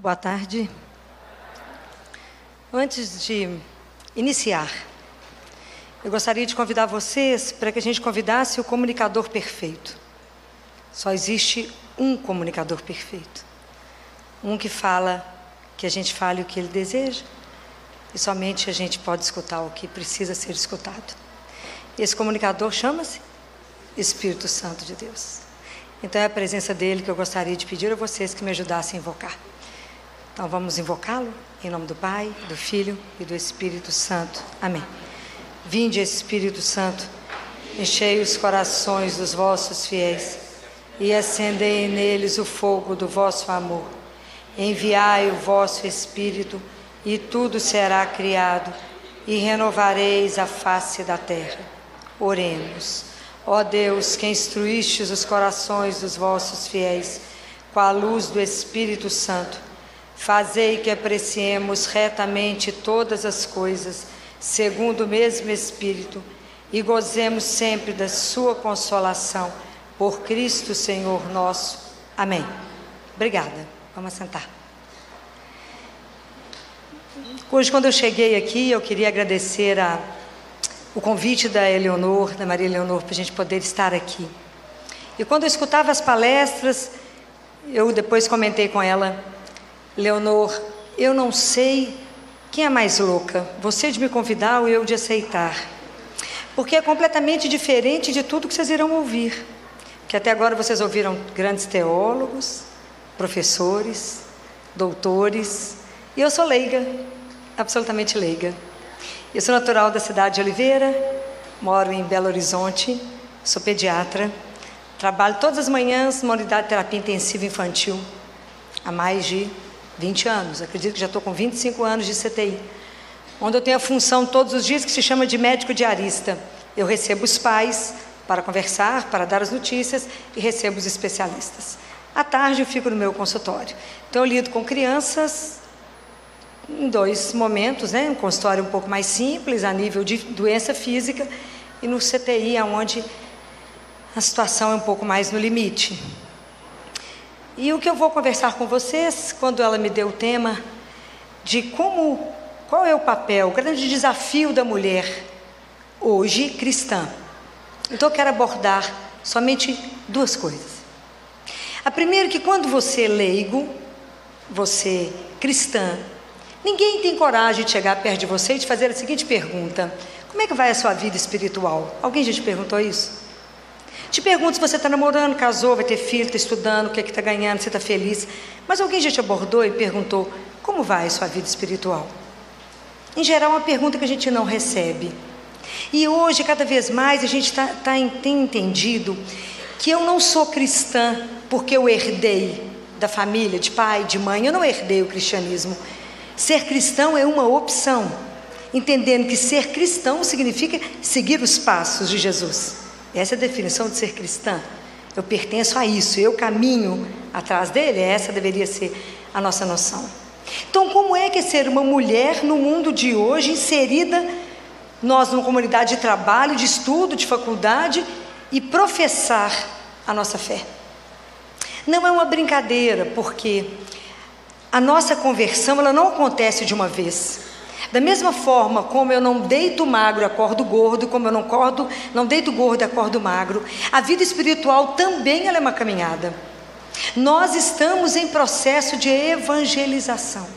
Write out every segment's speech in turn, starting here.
Boa tarde. Antes de iniciar, eu gostaria de convidar vocês para que a gente convidasse o comunicador perfeito. Só existe um comunicador perfeito. Um que fala, que a gente fale o que ele deseja, e somente a gente pode escutar o que precisa ser escutado. Esse comunicador chama-se Espírito Santo de Deus. Então é a presença dele que eu gostaria de pedir a vocês que me ajudassem a invocar. Então vamos invocá-lo em nome do Pai, do Filho e do Espírito Santo. Amém. Vinde, Espírito Santo, enchei os corações dos vossos fiéis e acendei neles o fogo do vosso amor. Enviai o vosso Espírito e tudo será criado e renovareis a face da terra. Oremos. Ó Deus, que instruístes os corações dos vossos fiéis com a luz do Espírito Santo, fazei que apreciemos retamente todas as coisas, segundo o mesmo Espírito, e gozemos sempre da sua consolação, por Cristo Senhor nosso. Amém. Obrigada. Vamos sentar. Hoje, quando eu cheguei aqui, eu queria agradecer o convite da Eleonor, da Maria Eleonor, para a gente poder estar aqui. E quando eu escutava as palestras, eu depois comentei com ela: Leonor, eu não sei quem é mais louca, você de me convidar ou eu de aceitar, porque é completamente diferente de tudo que vocês irão ouvir, que até agora vocês ouviram grandes teólogos, professores, doutores, e eu sou leiga, absolutamente leiga. Eu sou natural da cidade de Oliveira, moro em Belo Horizonte, sou pediatra, trabalho todas as manhãs numa unidade de terapia intensiva infantil há mais de 20 anos, acredito que já estou com 25 anos de CTI, onde eu tenho a função todos os dias que se chama de médico diarista. Eu recebo os pais para conversar, para dar as notícias, e recebo os especialistas. À tarde eu fico no meu consultório. Então eu lido com crianças em dois momentos, né? Um consultório um pouco mais simples, a nível de doença física, e no CTI, onde a situação é um pouco mais no limite. E o que eu vou conversar com vocês, quando ela me deu o tema de qual é o papel, o grande desafio da mulher hoje cristã. Então eu quero abordar somente duas coisas. A primeira é que quando você é leigo, você cristã, ninguém tem coragem de chegar perto de você e te fazer a seguinte pergunta: como é que vai a sua vida espiritual? Alguém já te perguntou isso? Te pergunto se você está namorando, casou, vai ter filho, está estudando, o que é que está ganhando, você está feliz. Mas alguém já te abordou e perguntou: como vai a sua vida espiritual? Em geral, é uma pergunta que a gente não recebe. E hoje, cada vez mais, a gente tem entendido que eu não sou cristã porque eu herdei da família, de pai, de mãe. Eu não herdei o cristianismo. Ser cristão é uma opção, entendendo que ser cristão significa seguir os passos de Jesus. Essa é a definição de ser cristã. Eu pertenço a isso, eu caminho atrás dele. Essa deveria ser a nossa noção. Então, como é que é ser uma mulher no mundo de hoje, inserida nós numa comunidade de trabalho, de estudo, de faculdade, e professar a nossa fé? Não é uma brincadeira, porque a nossa conversão, ela não acontece de uma vez. Da mesma forma como eu não deito magro, acordo gordo, como eu não deito gordo, acordo magro, a vida espiritual também ela é uma caminhada. Nós estamos em processo de evangelização.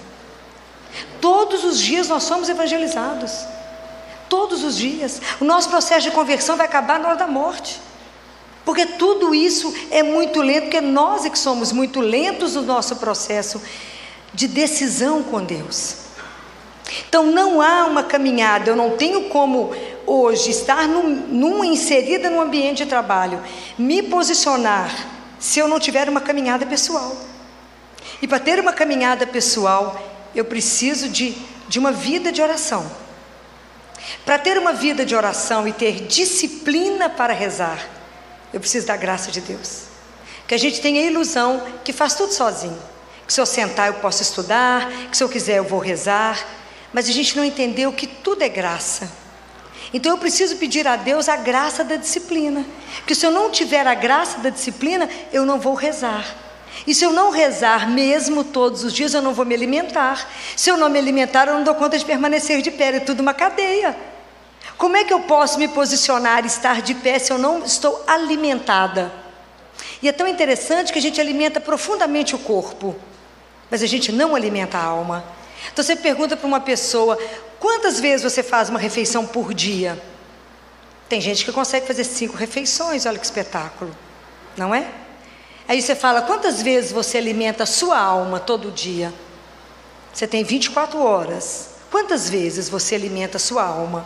Todos os dias nós somos evangelizados. Todos os dias. O nosso processo de conversão vai acabar na hora da morte. Porque tudo isso é muito lento, porque nós é que somos muito lentos no nosso processo de decisão com Deus. Então não há uma caminhada, eu não tenho como hoje estar inserida num ambiente de trabalho, me posicionar, se eu não tiver uma caminhada pessoal. E para ter uma caminhada pessoal, eu preciso de uma vida de oração. Para ter uma vida de oração e ter disciplina para rezar, eu preciso da graça de Deus. Que a gente tenha a ilusão que faz tudo sozinho, que se eu sentar eu posso estudar, que se eu quiser eu vou rezar, mas a gente não entendeu que tudo é graça. Então eu preciso pedir a Deus a graça da disciplina, porque se eu não tiver a graça da disciplina, eu não vou rezar. E se eu não rezar mesmo todos os dias, eu não vou me alimentar. Se eu não me alimentar, eu não dou conta de permanecer de pé. É tudo uma cadeia. Como é que eu posso me posicionar e estar de pé se eu não estou alimentada? E é tão interessante que a gente alimenta profundamente o corpo, mas a gente não alimenta a alma. Então você pergunta para uma pessoa: quantas vezes você faz uma refeição por dia? Tem gente que consegue fazer 5 refeições, olha que espetáculo, não é? Aí você fala: quantas vezes você alimenta a sua alma todo dia? Você tem 24 horas. Quantas vezes você alimenta a sua alma?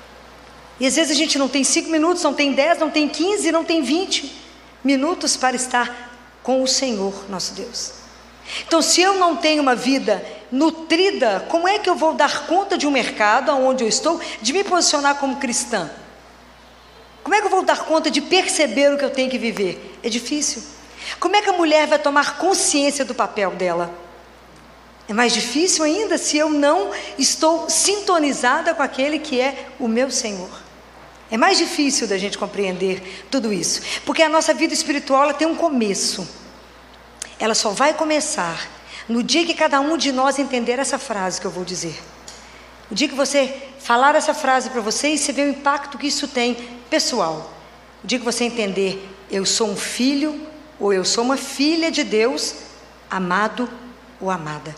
E às vezes a gente não tem 5 minutos, não tem 10, não tem 15, não tem 20 minutos para estar com o Senhor, nosso Deus. Então, se eu não tenho uma vida nutrida, como é que eu vou dar conta de um mercado onde eu estou, de me posicionar como cristã? Como é que eu vou dar conta de perceber o que eu tenho que viver? É difícil. Como é que a mulher vai tomar consciência do papel dela? É mais difícil ainda se eu não estou sintonizada com aquele que é o meu Senhor. É mais difícil da gente compreender tudo isso, porque a nossa vida espiritual ela tem um começo. Ela só vai começar no dia que cada um de nós entender essa frase que eu vou dizer. O dia que você falar essa frase para você e você vê o impacto que isso tem pessoal. O dia que você entender: eu sou um filho ou eu sou uma filha de Deus, amado ou amada.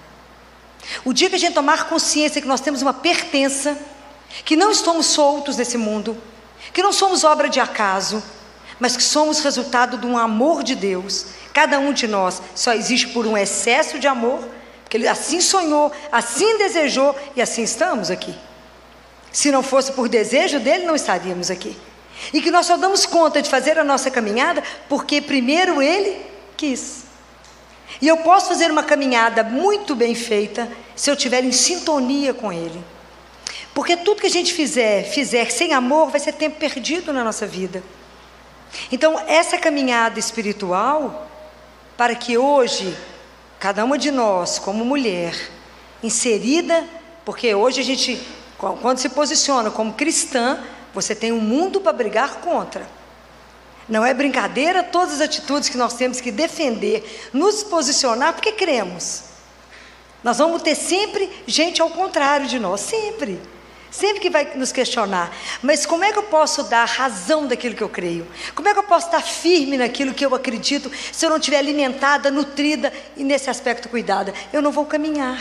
O dia que a gente tomar consciência que nós temos uma pertença, que não estamos soltos nesse mundo, que não somos obra de acaso, mas que somos resultado de um amor de Deus. Cada um de nós só existe por um excesso de amor, porque Ele assim sonhou, assim desejou e assim estamos aqui. Se não fosse por desejo dEle, não estaríamos aqui. E que nós só damos conta de fazer a nossa caminhada porque primeiro Ele quis. E eu posso fazer uma caminhada muito bem feita se eu estiver em sintonia com Ele. Porque tudo que a gente fizer sem amor, vai ser tempo perdido na nossa vida. Então, essa caminhada espiritual, para que hoje, cada uma de nós, como mulher, inserida, porque hoje a gente, quando se posiciona como cristã, você tem um mundo para brigar contra. Não é brincadeira todas as atitudes que nós temos que defender, nos posicionar, porque cremos. Nós vamos ter sempre gente ao contrário de nós, sempre. Sempre que vai nos questionar, mas como é que eu posso dar razão daquilo que eu creio? Como é que eu posso estar firme naquilo que eu acredito, se eu não estiver alimentada, nutrida e nesse aspecto cuidada? Eu não vou caminhar.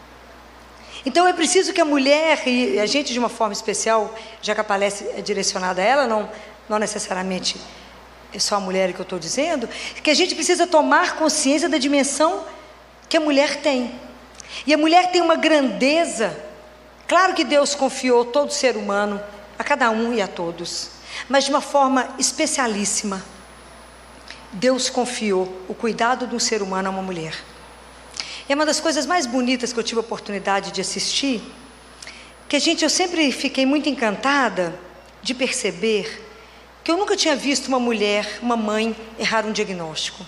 Então é preciso que a mulher, e a gente de uma forma especial, já que a palestra é direcionada a ela, não necessariamente é só a mulher que eu estou dizendo, que a gente precisa tomar consciência da dimensão que a mulher tem. E a mulher tem uma grandeza. Claro que Deus confiou todo ser humano, a cada um e a todos, mas de uma forma especialíssima. Deus confiou o cuidado de um ser humano a uma mulher. E é uma das coisas mais bonitas que eu tive a oportunidade de assistir, que eu sempre fiquei muito encantada de perceber que eu nunca tinha visto uma mulher, uma mãe, errar um diagnóstico.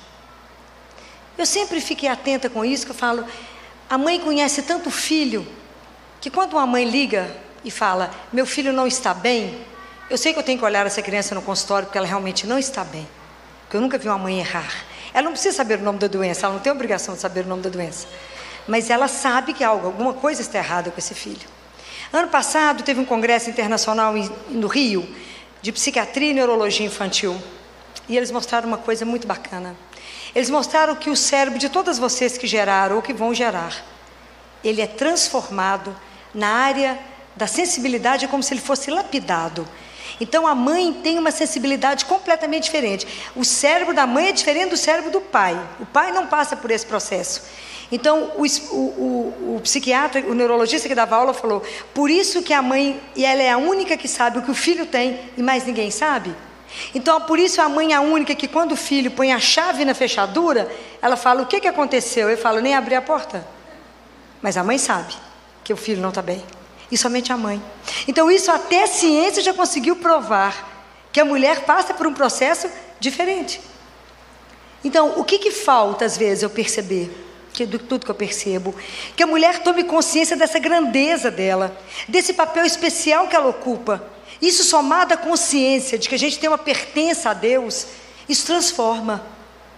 Eu sempre fiquei atenta com isso, que eu falo, a mãe conhece tanto o filho, que quando uma mãe liga e fala: meu filho não está bem, eu sei que eu tenho que olhar essa criança no consultório porque ela realmente não está bem, porque eu nunca vi uma mãe errar. Ela não precisa saber o nome da doença, ela não tem obrigação de saber o nome da doença, mas ela sabe que alguma coisa está errada com esse filho. Ano passado teve um congresso internacional no Rio, de psiquiatria e neurologia infantil, e eles mostraram uma coisa muito bacana. Eles mostraram que o cérebro de todas vocês que geraram ou que vão gerar, ele é transformado na área da sensibilidade, é como se ele fosse lapidado. Então a mãe tem uma sensibilidade completamente diferente. O cérebro da mãe é diferente do cérebro do pai. O pai não passa por esse processo. Então o psiquiatra, o neurologista que dava aula falou: por isso que a mãe, e ela é a única que sabe o que o filho tem e mais ninguém sabe. Então por isso a mãe é a única que, quando o filho põe a chave na fechadura, ela fala: o que aconteceu? Eu falo: nem abri a porta. Mas a mãe sabe que o filho não está bem, e somente a mãe. Então isso até a ciência já conseguiu provar, que a mulher passa por um processo diferente. Então o que falta às vezes eu perceber, tudo que eu percebo, que a mulher tome consciência dessa grandeza dela, desse papel especial que ela ocupa. Isso somado à consciência de que a gente tem uma pertença a Deus, isso transforma.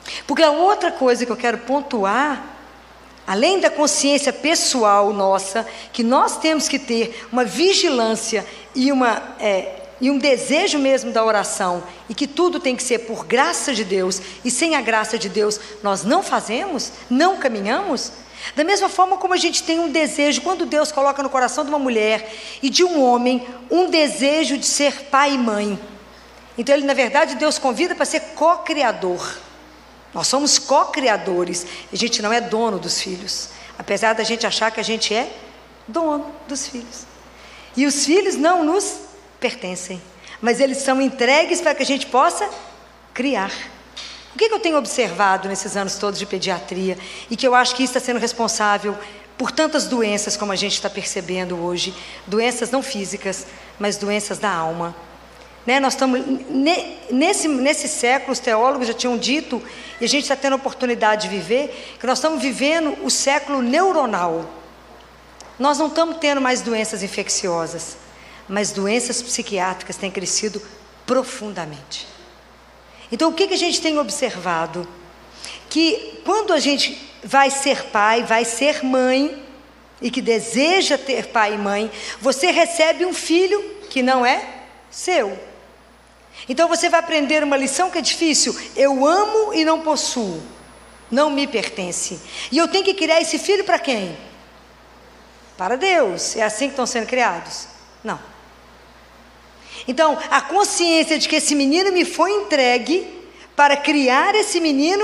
Porque a outra coisa que eu quero pontuar, além da consciência pessoal nossa, que nós temos que ter uma vigilância e um desejo mesmo da oração, e que tudo tem que ser por graça de Deus, e sem a graça de Deus nós não fazemos, não caminhamos. Da mesma forma como a gente tem um desejo, quando Deus coloca no coração de uma mulher e de um homem, um desejo de ser pai e mãe. Então na verdade Deus convida para ser co-criador. Nós somos co-criadores, a gente não é dono dos filhos, apesar da gente achar que a gente é dono dos filhos. E os filhos não nos pertencem, mas eles são entregues para que a gente possa criar. O que eu tenho observado nesses anos todos de pediatria, e que eu acho que isso está sendo responsável por tantas doenças como a gente está percebendo hoje, doenças não físicas, mas doenças da alma. Nós estamos, nesse século, os teólogos já tinham dito, e a gente está tendo a oportunidade de viver, que nós estamos vivendo o século neuronal. Nós não estamos tendo mais doenças infecciosas, mas doenças psiquiátricas têm crescido profundamente. Então o que a gente tem observado? Que quando a gente vai ser pai, vai ser mãe, e que deseja ter pai e mãe, você recebe um filho que não é seu. Então você vai aprender uma lição que é difícil: eu amo e não possuo, não me pertence. E eu tenho que criar esse filho para quem? Para Deus. É assim que estão sendo criados? Não. Então a consciência de que esse menino me foi entregue para criar esse menino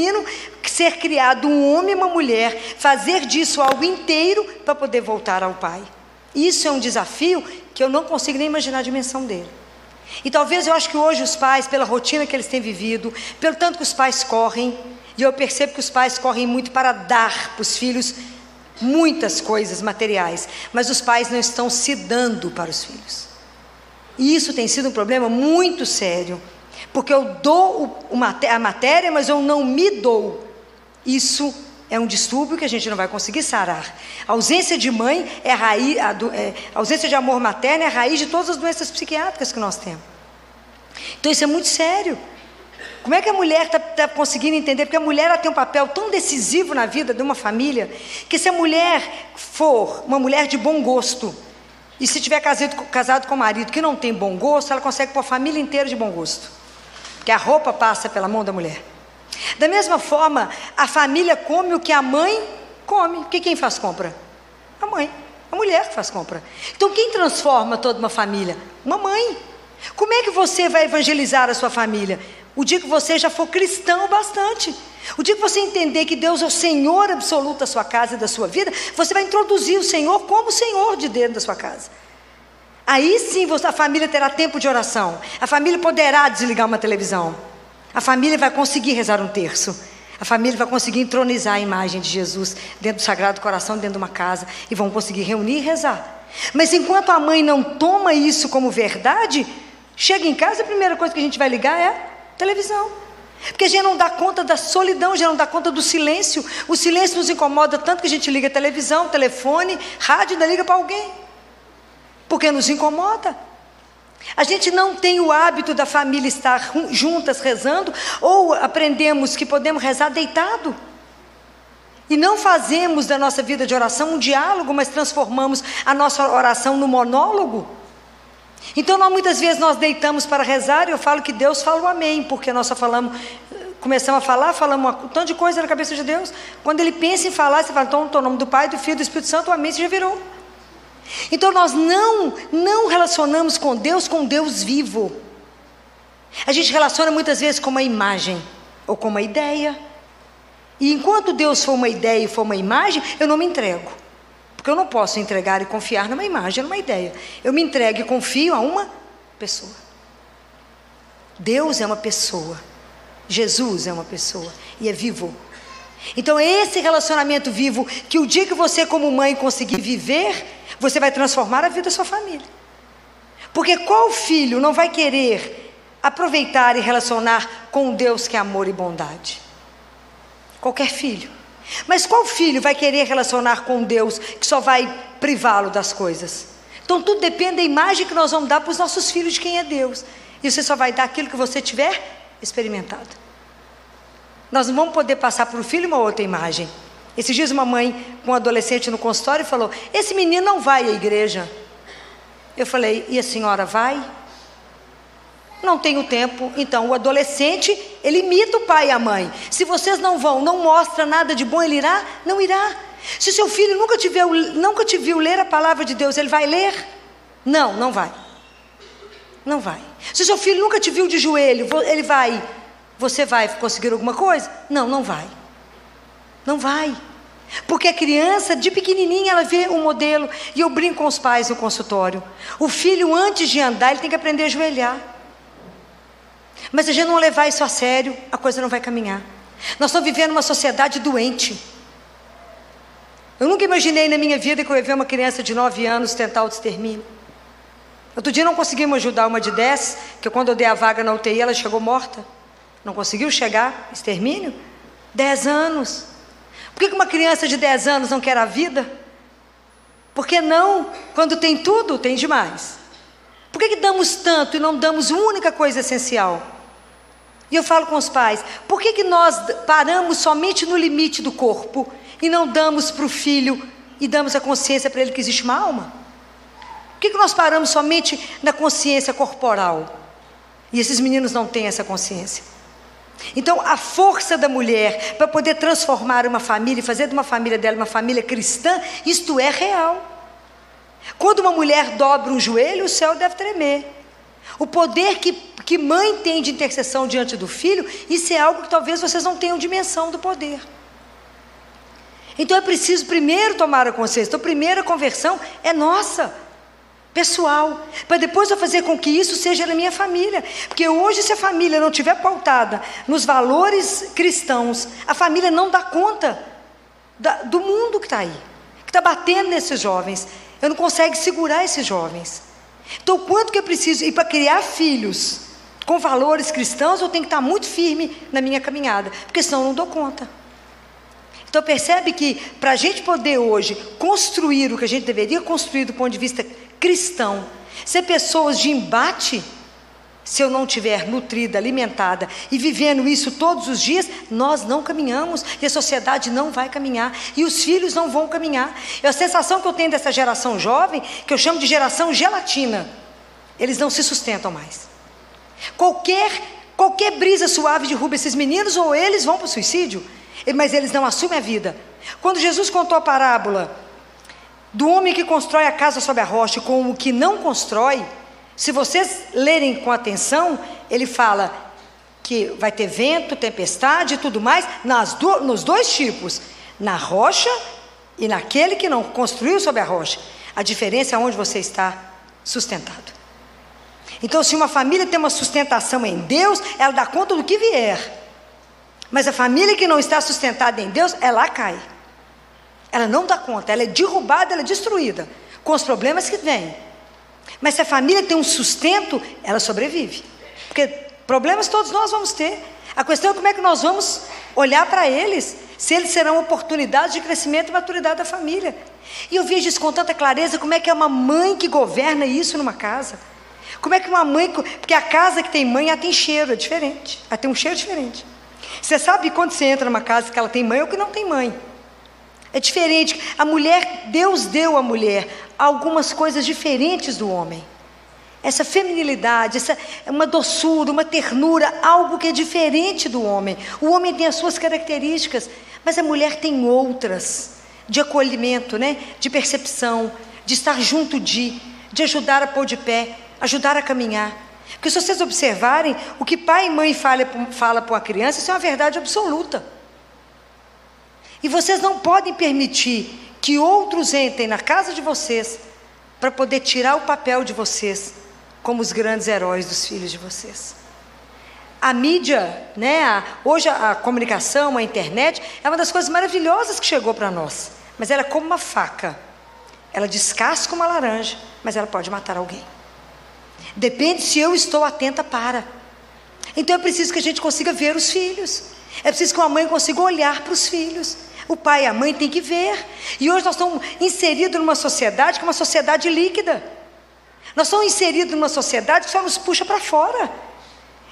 ser criado um homem e uma mulher, fazer disso algo inteiro para poder voltar ao pai. Isso é um desafio que eu não consigo nem imaginar a dimensão dele. E talvez eu acho que hoje os pais, pela rotina que eles têm vivido, pelo tanto que os pais correm, e eu percebo que os pais correm muito para dar para os filhos muitas coisas materiais, mas os pais não estão se dando para os filhos. E isso tem sido um problema muito sério, porque eu dou a matéria, mas eu não me dou. Isso é um distúrbio que a gente não vai conseguir sarar. A ausência de mãe é a raiz, a ausência de amor materno é a raiz de todas as doenças psiquiátricas que nós temos. Então isso é muito sério. Como é que a mulher está conseguindo entender? Porque a mulher ela tem um papel tão decisivo na vida de uma família, que se a mulher for uma mulher de bom gosto, e se tiver casado com um marido que não tem bom gosto, ela consegue pôr a família inteira de bom gosto, porque a roupa passa pela mão da mulher. Da mesma forma, a família come o que a mãe come. Porque quem faz compra? A mãe, a mulher que faz compra. Então quem transforma toda uma família? Uma mãe. Como é que você vai evangelizar a sua família? O dia que você já for cristão bastante, o dia que você entender que Deus é o Senhor absoluto da sua casa e da sua vida, você vai introduzir o Senhor como Senhor de dentro da sua casa. Aí sim a família terá tempo de oração, a família poderá desligar uma televisão, a família vai conseguir rezar um terço, a família vai conseguir entronizar a imagem de Jesus dentro do Sagrado Coração, dentro de uma casa, e vão conseguir reunir e rezar. Mas enquanto a mãe não toma isso como verdade, chega em casa, a primeira coisa que a gente vai ligar é a televisão, porque a gente não dá conta da solidão, a gente não dá conta do silêncio. O silêncio nos incomoda tanto que a gente liga a televisão, telefone, rádio, ainda liga para alguém, porque nos incomoda. A gente não tem o hábito da família estar juntas rezando, ou aprendemos que podemos rezar deitado, e não fazemos da nossa vida de oração um diálogo, mas transformamos a nossa oração no monólogo. Então muitas vezes nós deitamos para rezar, e eu falo que Deus fala o amém, porque nós só começamos a falar, falamos um tanto de coisa na cabeça de Deus. Quando Ele pensa em falar, você fala, então, no nome do Pai, do Filho e do Espírito Santo, o amém, você já virou. Então nós não relacionamos com Deus vivo. A gente relaciona muitas vezes com uma imagem, ou com uma ideia. E enquanto Deus for uma ideia e for uma imagem, eu não me entrego. Porque eu não posso entregar e confiar numa imagem, numa ideia. Eu me entrego e confio a uma pessoa. Deus é uma pessoa. Jesus é uma pessoa. E é vivo. Então é esse relacionamento vivo que o dia que você como mãe conseguir viver, você vai transformar a vida da sua família. Porque qual filho não vai querer aproveitar e relacionar com um Deus que é amor e bondade? Qualquer filho. Mas qual filho vai querer relacionar com Deus que só vai privá-lo das coisas? Então tudo depende da imagem que nós vamos dar para os nossos filhos de quem é Deus. E você só vai dar aquilo que você tiver experimentado. nós não vamos poder passar para o filho uma outra imagem. Esses dias uma mãe com um adolescente no consultório falou: esse menino não vai à igreja. Eu falei: e a senhora vai? Não tenho tempo. Então o adolescente, ele imita o pai e a mãe. Se vocês não vão, não mostra nada de bom, ele irá? Não irá. Se seu filho nunca te viu ler a palavra de Deus, ele vai ler? Não, não vai. Não vai. Se seu filho nunca te viu de joelho, ele vai. Você vai conseguir alguma coisa? Não, não vai. Não vai. Porque a criança, de pequenininha, ela vê um modelo. E eu brinco com os pais no consultório. O filho, antes de andar, ele tem que aprender a ajoelhar. Mas se a gente não levar isso a sério, a coisa não vai caminhar. Nós estamos vivendo uma sociedade doente. Eu nunca imaginei na minha vida que eu ia ver uma criança de 9 anos tentar o extermínio. Outro dia não conseguimos ajudar uma de 10, que quando eu dei a vaga na UTI, ela chegou morta. Não conseguiu chegar, extermínio? 10 anos. Por que uma criança de 10 anos não quer a vida? Por que não? Quando tem tudo, tem demais. Por que damos tanto e não damos uma única coisa essencial? E eu falo com os pais: por que nós paramos somente no limite do corpo e não damos para o filho e damos a consciência para ele que existe uma alma? Por que nós paramos somente na consciência corporal? E esses meninos não têm essa consciência. Então a força da mulher para poder transformar uma família e fazer de uma família dela uma família cristã, isto é real. Quando uma mulher dobra um joelho, o céu deve tremer. O poder que mãe tem de intercessão diante do filho, isso é algo que talvez vocês não tenham dimensão do poder. Então é preciso primeiro tomar a consciência. Então a primeira conversão é nossa, pessoal, para depois eu fazer com que isso seja na minha família. Porque hoje, se a família não estiver pautada nos valores cristãos, a família não dá conta do mundo que está aí, que está batendo nesses jovens. Eu não consigo segurar esses jovens. Então, quanto que eu preciso? E para criar filhos com valores cristãos, eu tenho que estar muito firme na minha caminhada, porque senão eu não dou conta. Então, percebe que para a gente poder hoje construir o que a gente deveria construir do ponto de vista cristão, ser pessoas de embate, se eu não estiver nutrida, alimentada e vivendo isso todos os dias, nós não caminhamos e a sociedade não vai caminhar e os filhos não vão caminhar. E a sensação que eu tenho dessa geração jovem, que eu chamo de geração gelatina, eles não se sustentam mais. Qualquer brisa suave derruba esses meninos ou eles vão para o suicídio, mas eles não assumem a vida. Quando Jesus contou a parábola do homem que constrói a casa sobre a rocha e com o que não constrói, se vocês lerem com atenção, ele fala que vai ter vento, tempestade e tudo mais, nos dois tipos, na rocha e naquele que não construiu sobre a rocha. A diferença é onde você está sustentado. Então, se uma família tem uma sustentação em Deus, ela dá conta do que vier. Mas a família que não está sustentada em Deus, ela cai. Ela não dá conta, ela é derrubada, ela é destruída, com os problemas que vêm. Mas se a família tem um sustento, ela sobrevive. Porque problemas todos nós vamos ter. A questão é como é que nós vamos olhar para eles, se eles serão oportunidades de crescimento e maturidade da família. E eu vejo isso com tanta clareza, como é que é uma mãe que governa isso numa casa. Como é que uma mãe... Porque a casa que tem mãe, ela tem cheiro, é diferente. Ela tem um cheiro diferente. Você sabe quando você entra numa casa que ela tem mãe ou que não tem mãe. É diferente. A mulher, Deus deu à mulher algumas coisas diferentes do homem. Essa feminilidade, uma doçura, uma ternura, algo que é diferente do homem. O homem tem as suas características, mas a mulher tem outras, de acolhimento, né? De percepção, de estar junto de ajudar a pôr de pé, ajudar a caminhar. Porque se vocês observarem, o que pai e mãe fala para uma criança, isso é uma verdade absoluta. E vocês não podem permitir que outros entrem na casa de vocês para poder tirar o papel de vocês como os grandes heróis dos filhos de vocês. A mídia, né, hoje a comunicação, a internet, é uma das coisas maravilhosas que chegou para nós. Mas ela é como uma faca. Ela descasca uma laranja, mas ela pode matar alguém. Depende se eu estou atenta para. Então é preciso que a gente consiga ver os filhos. É preciso que uma mãe consiga olhar para os filhos. O pai e a mãe têm que ver. E hoje nós estamos inseridos numa sociedade que é uma sociedade líquida. Nós estamos inseridos numa sociedade que só nos puxa para fora.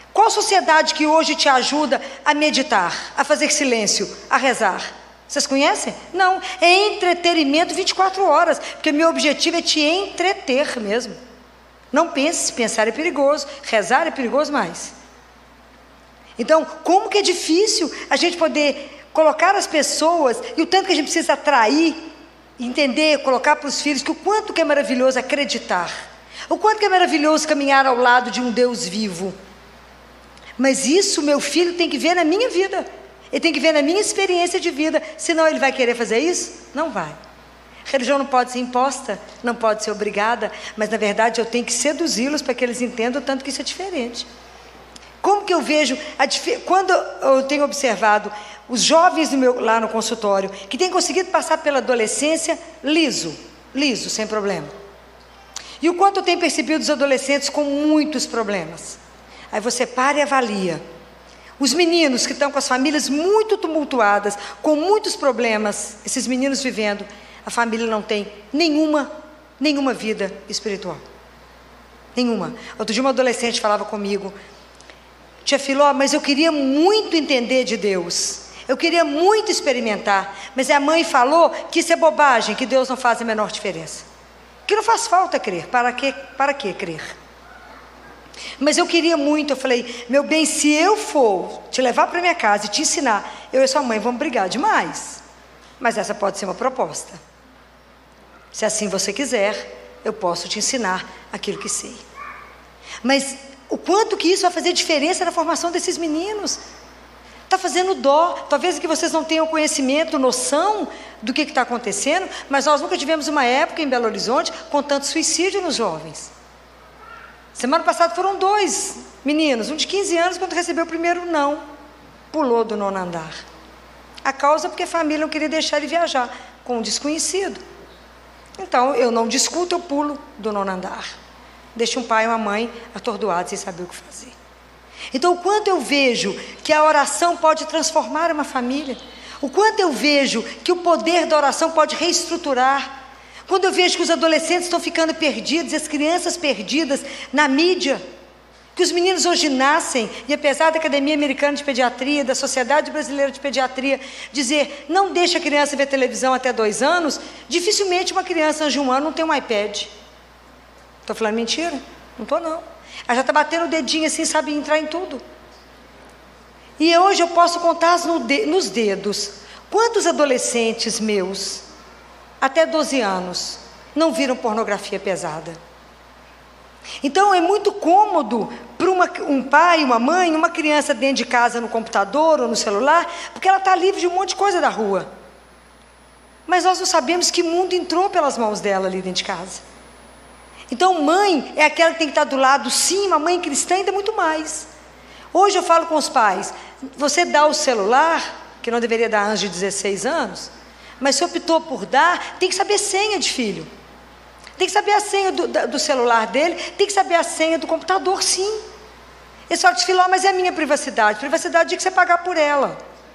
Qual sociedade que hoje te ajuda a meditar, a fazer silêncio, a rezar? Vocês conhecem? Não, é entretenimento 24 horas, porque meu objetivo é te entreter mesmo. Não pense, pensar é perigoso, rezar é perigoso mais. Então, como que é difícil a gente poder colocar as pessoas, e o tanto que a gente precisa atrair, entender, colocar para os filhos, que o quanto que é maravilhoso acreditar, o quanto que é maravilhoso caminhar ao lado de um Deus vivo. Mas isso meu filho tem que ver na minha vida, ele tem que ver na minha experiência de vida, senão ele vai querer fazer isso? Não vai. Religião não pode ser imposta, não pode ser obrigada, mas na verdade eu tenho que seduzi-los para que eles entendam o tanto que isso é diferente. Como que eu vejo, quando eu tenho observado os jovens lá no consultório, que têm conseguido passar pela adolescência liso, sem problema. E o quanto eu tenho percebido os adolescentes com muitos problemas. Aí você para e avalia. Os meninos que estão com as famílias muito tumultuadas, com muitos problemas, esses meninos vivendo, a família não tem nenhuma vida espiritual. Nenhuma. Outro dia uma adolescente falava comigo: tia Filó, mas eu queria muito entender de Deus, eu queria muito experimentar, mas a mãe falou que isso é bobagem, que Deus não faz a menor diferença, que não faz falta crer, para que crer? Mas eu queria muito. Eu falei: meu bem, se eu for te levar para minha casa e te ensinar, eu e sua mãe vamos brigar demais, mas essa pode ser uma proposta. Se assim você quiser, eu posso te ensinar aquilo que sei. Mas o quanto que isso vai fazer diferença na formação desses meninos? Está fazendo dó. Talvez que vocês não tenham conhecimento, noção do que está acontecendo, mas nós nunca tivemos uma época em Belo Horizonte com tanto suicídio nos jovens. Semana passada foram 2 meninos, um de 15 anos, quando recebeu o primeiro não, pulou do 9º andar. A causa porque a família não queria deixar ele viajar com um desconhecido. Então eu não discuto, eu pulo do 9º andar. Deixa um pai e uma mãe atordoados sem saber o que fazer. Então o quanto eu vejo que a oração pode transformar uma família, o quanto eu vejo que o poder da oração pode reestruturar. Quando eu vejo que os adolescentes estão ficando perdidos, as crianças perdidas na mídia, que os meninos hoje nascem, e apesar da Academia Americana de Pediatria, da Sociedade Brasileira de Pediatria, dizer, não deixa a criança ver televisão até 2 anos, dificilmente uma criança antes de 1 ano não tem um iPad. Estou falando mentira? Não estou não. Ela já está batendo o dedinho assim, sabe entrar em tudo. E hoje eu posso contar nos dedos, quantos adolescentes meus, até 12 anos, não viram pornografia pesada. Então é muito cômodo para um pai, uma mãe, uma criança dentro de casa no computador ou no celular, porque ela está livre de um monte de coisa da rua. Mas nós não sabemos que mundo entrou pelas mãos dela ali dentro de casa. Então mãe é aquela que tem que estar do lado, sim, uma mãe cristã ainda muito mais. Hoje eu falo com os pais, você dá o celular, que não deveria dar antes de 16 anos, mas se optou por dar, tem que saber senha de filho. Tem que saber a senha do celular dele, tem que saber a senha do computador, sim. Ele só te falou, mas é a minha privacidade. Privacidade é o dia que você pagar por ela.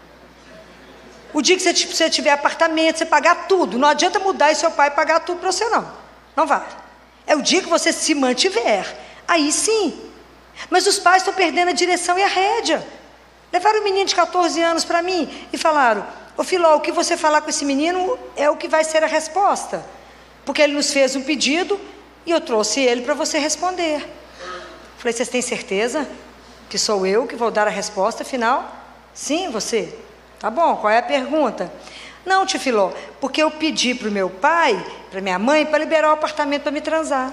O dia que você tiver apartamento, você pagar tudo. Não adianta mudar e seu pai pagar tudo para você, não. Não vai. É o dia que você se mantiver. Aí sim. Mas os pais estão perdendo a direção e a rédea. Levaram um menino de 14 anos para mim e falaram, ô Filó, o que você falar com esse menino é o que vai ser a resposta. Porque ele nos fez um pedido e eu trouxe ele para você responder. Falei, vocês têm certeza que sou eu que vou dar a resposta final? Sim, você. Tá bom, qual é a pergunta? Não, tia Filó, porque eu pedi para o meu pai, para minha mãe, para liberar o apartamento para me transar.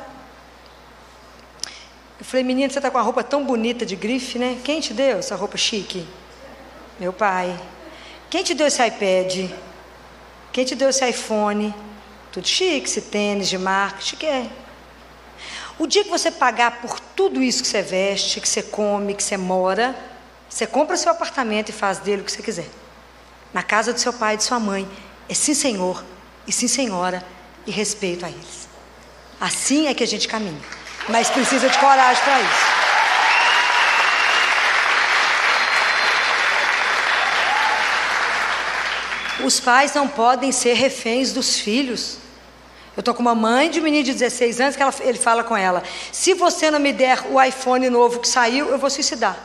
Eu falei, menino, você está com uma roupa tão bonita de grife, né? Quem te deu essa roupa chique? Meu pai. Quem te deu esse iPad? Quem te deu esse iPhone? Tudo chique, esse tênis de marca, chique é. O dia que você pagar por tudo isso que você veste, que você come, que você mora, você compra seu apartamento e faz dele o que você quiser. Na casa do seu pai e de sua mãe, é sim senhor e sim senhora e respeito a eles. Assim é que a gente caminha, mas precisa de coragem para isso. Os pais não podem ser reféns dos filhos. Eu estou com uma mãe de um menino de 16 anos que ele fala com ela, se você não me der o iPhone novo que saiu, eu vou suicidar.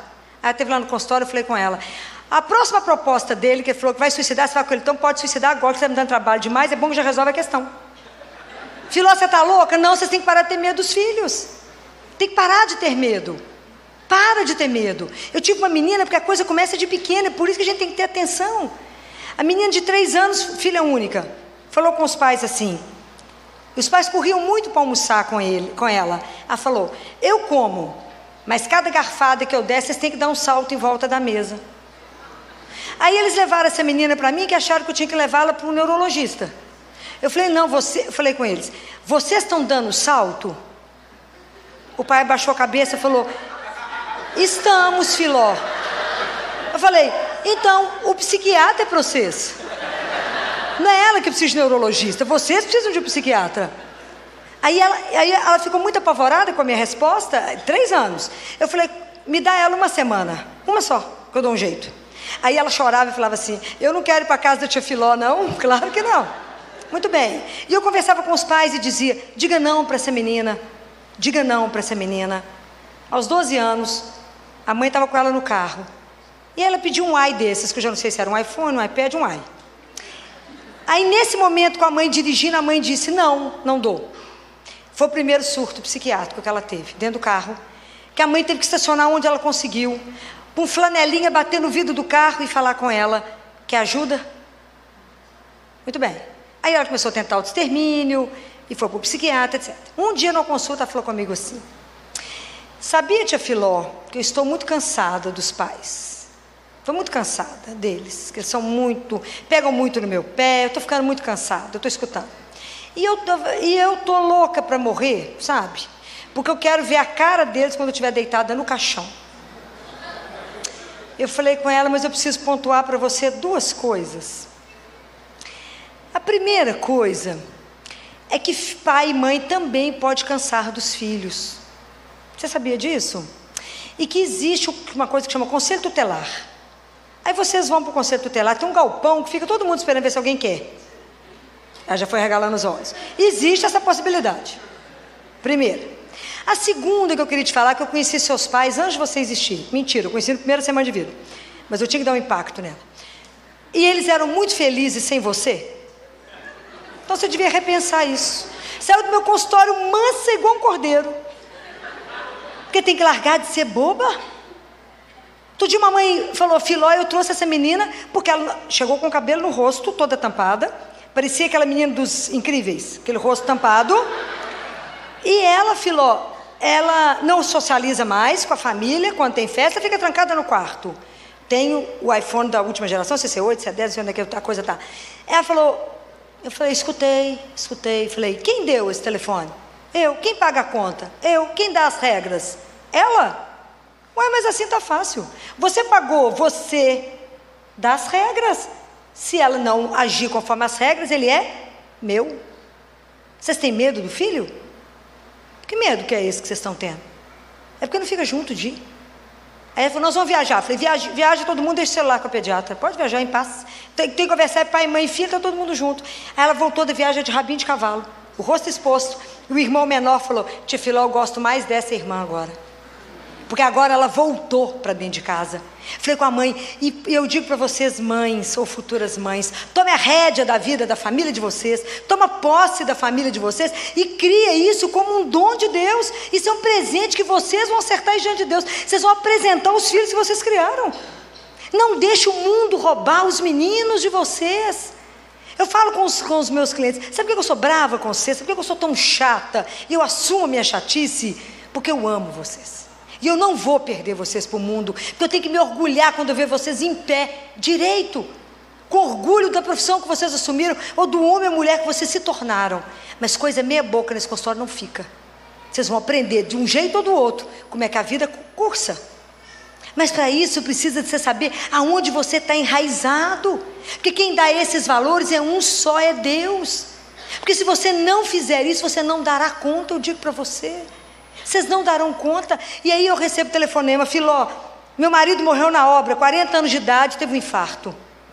Aí teve lá no consultório, eu falei com ela. A próxima proposta dele, que ele falou que vai suicidar, você vai com ele, então pode suicidar agora, que você está me dando trabalho demais, é bom que já resolve a questão. Filó, você está louca? Não, vocês têm que parar de ter medo dos filhos. Tem que parar de ter medo. Para de ter medo. Eu tive uma menina, porque a coisa começa de pequena, por isso que a gente tem que ter atenção. A menina de 3 anos, filha única, falou com os pais assim. Os pais corriam muito para almoçar com ela. Ela falou, eu como, mas cada garfada que eu der, vocês têm que dar um salto em volta da mesa. Aí eles levaram essa menina para mim, que acharam que eu tinha que levá-la para um neurologista. Eu falei, não, eu falei com eles, vocês estão dando salto? O pai baixou a cabeça e falou, estamos, Filó. Eu falei, então, o psiquiatra é para vocês. Não é ela que precisa de neurologista, vocês precisam de um psiquiatra. Aí ela ficou muito apavorada com a minha resposta, 3 anos. Eu falei, me dá ela uma semana, uma só, que eu dou um jeito. Aí ela chorava e falava assim, eu não quero ir para casa da tia Filó, não. Claro que não. Muito bem. E eu conversava com os pais e dizia, diga não para essa menina, diga não para essa menina. Aos 12 anos, a mãe estava com ela no carro. E ela pediu um ai desses, que eu já não sei se era um iPhone, um iPad, um ai. Aí nesse momento, com a mãe dirigindo, a mãe disse, não, não dou. Foi o primeiro surto psiquiátrico que ela teve, dentro do carro, que a mãe teve que estacionar onde ela conseguiu, com flanelinha, bater no vidro do carro e falar com ela, quer ajuda? Muito bem. Aí ela começou a tentar autoextermínio, e foi para o psiquiatra, etc. Um dia, numa consulta, ela falou comigo assim, sabia, tia Filó, que eu estou muito cansada dos pais. Estou muito cansada deles, que eles são muito, pegam muito no meu pé, eu estou ficando muito cansada, eu estou escutando. E eu estou louca para morrer, sabe? Porque eu quero ver a cara deles quando eu estiver deitada no caixão. Eu falei com ela, mas eu preciso pontuar para você 2 coisas. A primeira coisa é que pai e mãe também pode cansar dos filhos. Você sabia disso? E que existe uma coisa que chama conselho tutelar. Aí vocês vão para o conselho tutelar, tem um galpão que fica todo mundo esperando ver se alguém quer. Ela já foi regalando os olhos. Existe essa possibilidade. Primeiro. A segunda que eu queria te falar, que eu conheci seus pais antes de você existir. Mentira, eu conheci na primeira semana de vida. Mas eu tinha que dar um impacto nela. E eles eram muito felizes sem você. Então você devia repensar isso. Saiu do meu consultório mansa igual um cordeiro. Porque tem que largar de ser boba. Outro dia uma mãe falou, Filó, eu trouxe essa menina, porque ela chegou com o cabelo no rosto, toda tampada. Parecia aquela menina dos Incríveis, aquele rosto tampado. E ela, Filó, ela não socializa mais com a família, quando tem festa, fica trancada no quarto. Tenho o iPhone da última geração, CC8, C10, não sei onde é que a coisa tá. Ela falou, eu falei, escutei. Falei, quem deu esse telefone? Eu. Quem paga a conta? Eu. Quem dá as regras? Ela. Ué, mas assim tá fácil. Você pagou, você dá as regras. Se ela não agir conforme as regras, ele é meu. Vocês têm medo do filho? Que medo que é esse que vocês estão tendo? É porque não fica junto de ir. Aí ela falou, nós vamos viajar. Eu falei, viaja todo mundo, deixa o celular com a pediatra. Pode viajar em paz. Tem que conversar, pai, mãe e filha, tá todo mundo junto. Aí ela voltou da viagem de rabinho de cavalo, o rosto exposto. E o irmão menor falou, tia Filó, eu gosto mais dessa irmã agora. Porque agora ela voltou para dentro de casa. Falei com a mãe, e eu digo para vocês, mães ou futuras mães, tome a rédea da vida da família de vocês, toma posse da família de vocês e cria isso como um dom de Deus. Isso é um presente que vocês vão acertar diante de Deus. Vocês vão apresentar os filhos que vocês criaram. Não deixe o mundo roubar os meninos de vocês. Eu falo com os meus clientes, sabe por que eu sou brava com vocês? Sabe por que eu sou tão chata? E eu assumo a minha chatice? Porque eu amo vocês. E eu não vou perder vocês para o mundo, porque eu tenho que me orgulhar quando eu ver vocês em pé, direito, com orgulho da profissão que vocês assumiram, ou do homem ou mulher que vocês se tornaram. Mas coisa meia boca nesse consultório não fica. Vocês vão aprender de um jeito ou do outro, como é que a vida cursa. Mas para isso precisa de você saber aonde você está enraizado, porque quem dá esses valores é um só, é Deus. Porque se você não fizer isso, você não dará conta, eu digo para você. Vocês não darão conta. E aí eu recebo telefonema, Filó, meu marido morreu na obra, 40 anos de idade, teve um infarto.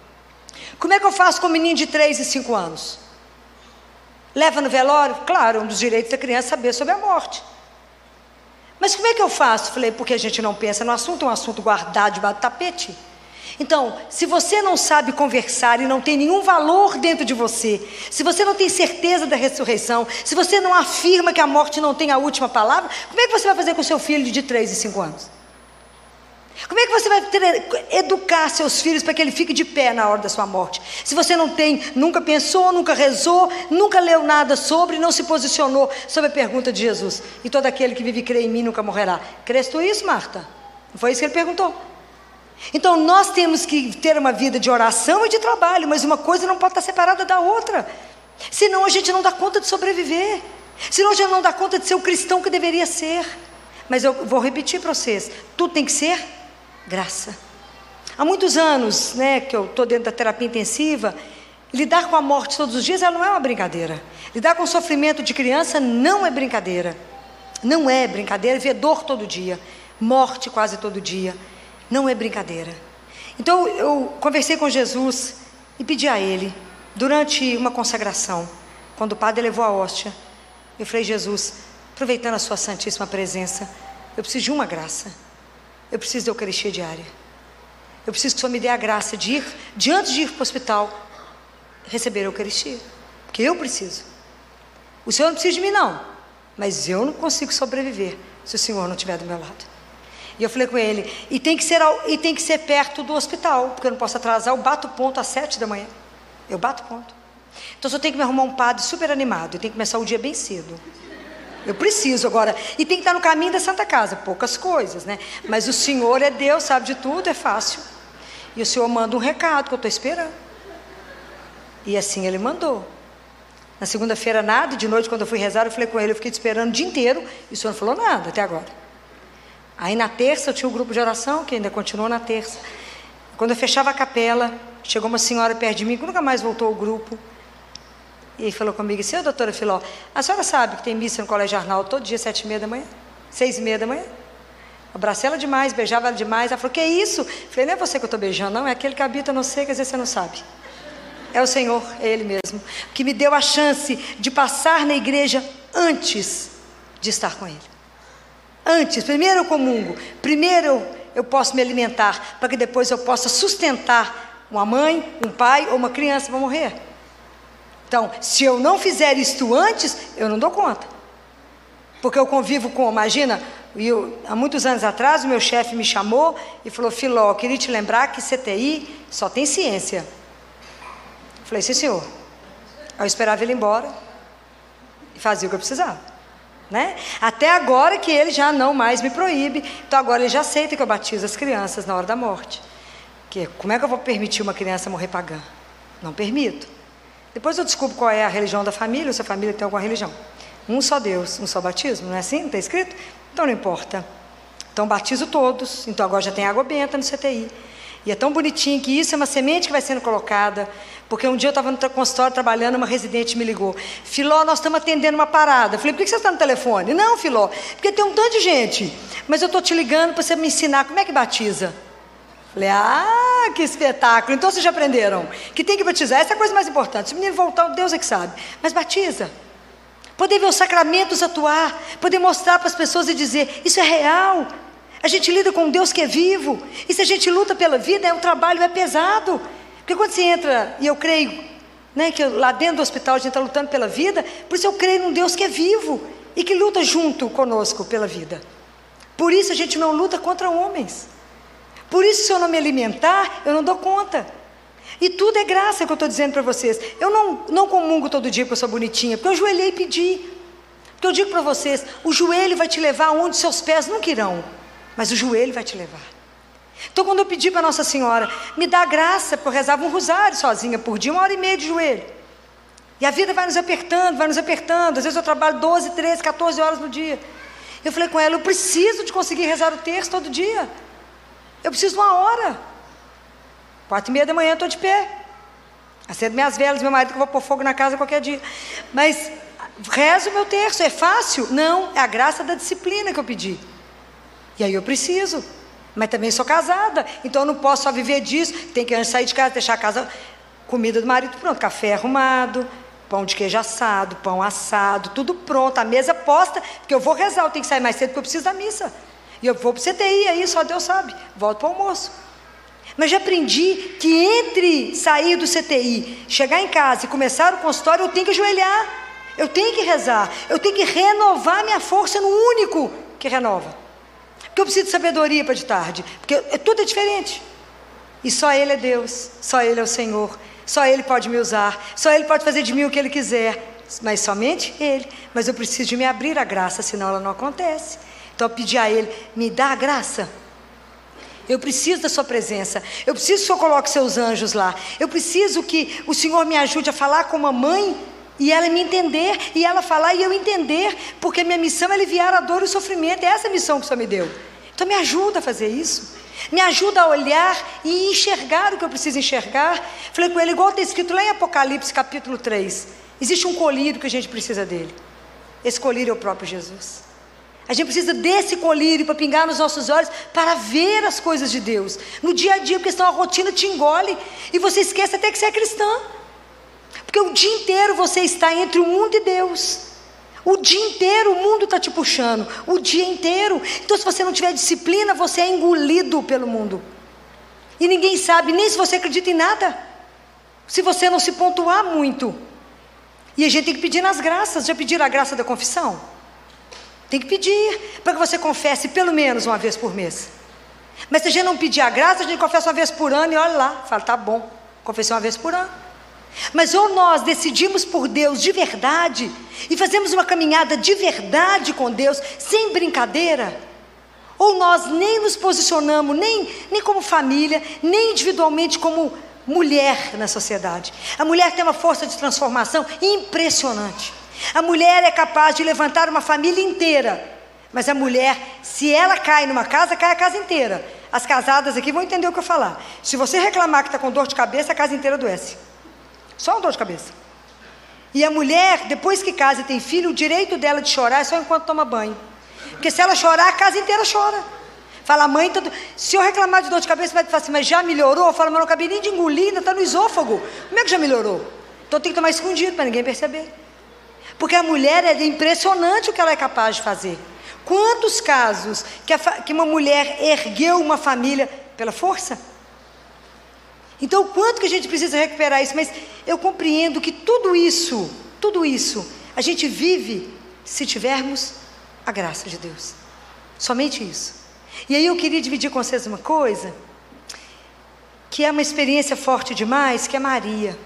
Como é que eu faço com um menino de 3 e 5 anos? Leva no velório? Claro, um dos direitos da criança é saber sobre a morte. Mas como é que eu faço? Falei, porque a gente não pensa no assunto, é um assunto guardado debaixo do tapete. Então, se você não sabe conversar e não tem nenhum valor dentro de você, se você não tem certeza da ressurreição, se você não afirma que a morte não tem a última palavra, como é que você vai fazer com seu filho de 3 e 5 anos? Como é que você vai educar seus filhos para que ele fique de pé na hora da sua morte? Se você não tem, nunca pensou, nunca rezou, nunca leu nada sobre, não se posicionou sobre a pergunta de Jesus. E todo aquele que vive e crê em mim nunca morrerá. Crês tu isso, Marta? Não foi isso que ele perguntou? Então nós temos que ter uma vida de oração e de trabalho, mas uma coisa não pode estar separada da outra. Senão a gente não dá conta de sobreviver. Senão a gente não dá conta de ser o cristão que deveria ser. Mas eu vou repetir para vocês, tudo tem que ser graça. Há muitos anos, que eu estou dentro da terapia intensiva, lidar com a morte todos os dias, ela não é uma brincadeira. Lidar com o sofrimento de criança não é brincadeira. Não é brincadeira, ver dor todo dia, morte quase todo dia. Não é brincadeira. Então eu conversei com Jesus e pedi a Ele, durante uma consagração, quando o padre levou a hóstia, eu falei, Jesus, aproveitando a sua santíssima presença, eu preciso de uma graça. Eu preciso da Eucaristia diária. Eu preciso que o Senhor me dê a graça de ir, antes de ir para o hospital, receber a Eucaristia. Porque eu preciso. O Senhor não precisa de mim não, mas eu não consigo sobreviver se o Senhor não estiver do meu lado. E eu falei com ele, e tem que ser perto do hospital, porque eu não posso atrasar, eu bato ponto às 7 da manhã. Eu bato ponto. Então só tenho que me arrumar um padre super animado, eu tenho que começar o dia bem cedo. Eu preciso agora, e tem que estar no caminho da Santa Casa, poucas coisas, mas o Senhor é Deus, sabe de tudo, é fácil. E o Senhor manda um recado que eu estou esperando. E assim Ele mandou. Na segunda-feira nada, e de noite quando eu fui rezar, eu falei com ele, eu fiquei te esperando o dia inteiro, e o Senhor não falou nada até agora. Aí na terça eu tinha um grupo de oração, que ainda continuou na terça. Quando eu fechava a capela, chegou uma senhora perto de mim, que nunca mais voltou ao grupo, e falou comigo, senhor doutora Filó, a senhora sabe que tem missa no Colégio Arnaldo todo dia, 7h30 da manhã, 6h30 da manhã? Abracei ela demais, beijava ela demais. Ela falou, que é isso? Falei, não é você que eu estou beijando, não, é aquele que habita no sei, que às vezes você não sabe. É o Senhor, é Ele mesmo, que me deu a chance de passar na igreja antes de estar com Ele. Antes, primeiro eu comungo, primeiro eu posso me alimentar, para que depois eu possa sustentar uma mãe, um pai ou uma criança para morrer. Então, se eu não fizer isto antes, eu não dou conta. Porque eu convivo com, imagina, há muitos anos atrás o meu chefe me chamou e falou, Filó, eu queria te lembrar que CTI só tem ciência. Falei, sim senhor. Eu esperava ele ir embora e fazia o que eu precisava. Até agora que ele já não mais me proíbe, então agora ele já aceita que eu batizo as crianças na hora da morte. Porque como é que eu vou permitir uma criança morrer pagã? Não permito. Depois eu descubro qual é a religião da família, se a família tem alguma religião. Um só Deus, um só batismo, não é assim? Não está escrito? Então não importa. Então batizo todos, então agora já tem água benta no CTI. E é tão bonitinho que isso é uma semente que vai sendo colocada, porque um dia eu estava no consultório trabalhando, uma residente me ligou, Filó, nós estamos atendendo uma parada. Eu falei, por que você está no telefone? Não, Filó, porque tem um tanto de gente, mas eu estou te ligando para você me ensinar como é que batiza. Eu falei, que espetáculo, então vocês já aprenderam que tem que batizar, essa é a coisa mais importante, se o menino voltar, Deus é que sabe, mas batiza. Poder ver os sacramentos atuar, poder mostrar para as pessoas e dizer, isso é real. A gente lida com um Deus que é vivo. E se a gente luta pela vida, o trabalho é pesado. Porque quando você entra, e eu creio, que lá dentro do hospital a gente está lutando pela vida, por isso eu creio num Deus que é vivo e que luta junto conosco pela vida. Por isso a gente não luta contra homens. Por isso, se eu não me alimentar, eu não dou conta. E tudo é graça que eu estou dizendo para vocês. Eu não comungo todo dia porque eu sou bonitinha, porque eu ajoelhei e pedi. Porque eu digo para vocês, o joelho vai te levar onde seus pés nunca irão. Mas o joelho vai te levar. Então quando eu pedi para Nossa Senhora, me dá graça, porque eu rezava um rosário sozinha por dia, 1h30 de joelho. E a vida vai nos apertando, vai nos apertando. Às vezes eu trabalho 12, 13, 14 horas no dia. Eu falei com ela, eu preciso de conseguir rezar o terço todo dia. Eu preciso de 1 hora. 4h30 da manhã eu estou de pé. Acendo minhas velas, meu marido que eu vou pôr fogo na casa qualquer dia. Mas rezo o meu terço, é fácil? Não, é a graça da disciplina que eu pedi. E aí eu preciso, mas também sou casada, então eu não posso só viver disso, tem que antes sair de casa, deixar a casa, comida do marido pronto, café arrumado, pão de queijo assado, pão assado, tudo pronto, a mesa posta, porque eu vou rezar, eu tenho que sair mais cedo porque eu preciso da missa. E eu vou para o CTI, aí só Deus sabe, volto para o almoço. Mas já aprendi que entre sair do CTI, chegar em casa e começar o consultório, eu tenho que ajoelhar, eu tenho que rezar, eu tenho que renovar minha força no único que renova. Porque eu preciso de sabedoria para de tarde, porque tudo é diferente. E só Ele é Deus, só Ele é o Senhor, só Ele pode me usar, só Ele pode fazer de mim o que Ele quiser, mas somente Ele. Mas eu preciso de me abrir a graça, senão ela não acontece. Então eu pedi a Ele, me dá a graça. Eu preciso da sua presença, eu preciso que o Senhor coloque seus anjos lá, eu preciso que o Senhor me ajude a falar com uma mãe, e ela me entender, e ela falar e eu entender, porque minha missão é aliviar a dor e o sofrimento, é essa a missão que o Senhor me deu. Então me ajuda a fazer isso, me ajuda a olhar e enxergar o que eu preciso enxergar. Falei com ele, igual está escrito lá em Apocalipse capítulo 3, existe um colírio que a gente precisa dele, esse colírio é o próprio Jesus. A gente precisa desse colírio para pingar nos nossos olhos, para ver as coisas de Deus, no dia a dia, porque senão a rotina te engole, e você esquece até que você é cristã, porque o dia inteiro você está entre o mundo e Deus, o dia inteiro o mundo está te puxando, o dia inteiro. Então se você não tiver disciplina, você é engolido pelo mundo, e ninguém sabe nem se você acredita em nada, se você não se pontuar muito. E a gente tem que pedir nas graças. Já pediram a graça da confissão? Tem que pedir, para que você confesse pelo menos uma vez por mês. Mas se a gente não pedir a graça, a gente confessa uma vez por ano e olha lá, fala, tá bom, confessei uma vez por ano. Mas ou nós decidimos por Deus de verdade, e fazemos uma caminhada de verdade com Deus, sem brincadeira, ou nós nem nos posicionamos, nem como família, nem individualmente como mulher na sociedade. A mulher tem uma força de transformação impressionante. A mulher é capaz de levantar uma família inteira, mas a mulher, se ela cai numa casa, cai a casa inteira. As casadas aqui vão entender o que eu falar. Se você reclamar que está com dor de cabeça, a casa inteira adoece. Só uma dor de cabeça. E a mulher, depois que casa e tem filho, o direito dela de chorar é só enquanto toma banho. Porque se ela chorar, a casa inteira chora. Fala, mãe, se eu reclamar de dor de cabeça, vai falar assim, mas já melhorou? Fala, mas não acabei nem de engolir, ainda está no esôfago. Como é que já melhorou? Então tem que tomar escondido para ninguém perceber. Porque a mulher, é impressionante o que ela é capaz de fazer. Quantos casos que uma mulher ergueu uma família pela força? Então o quanto que a gente precisa recuperar isso. Mas eu compreendo que tudo isso, a gente vive se tivermos a graça de Deus. Somente isso. E aí eu queria dividir com vocês uma coisa, que é uma experiência forte demais, que é Maria.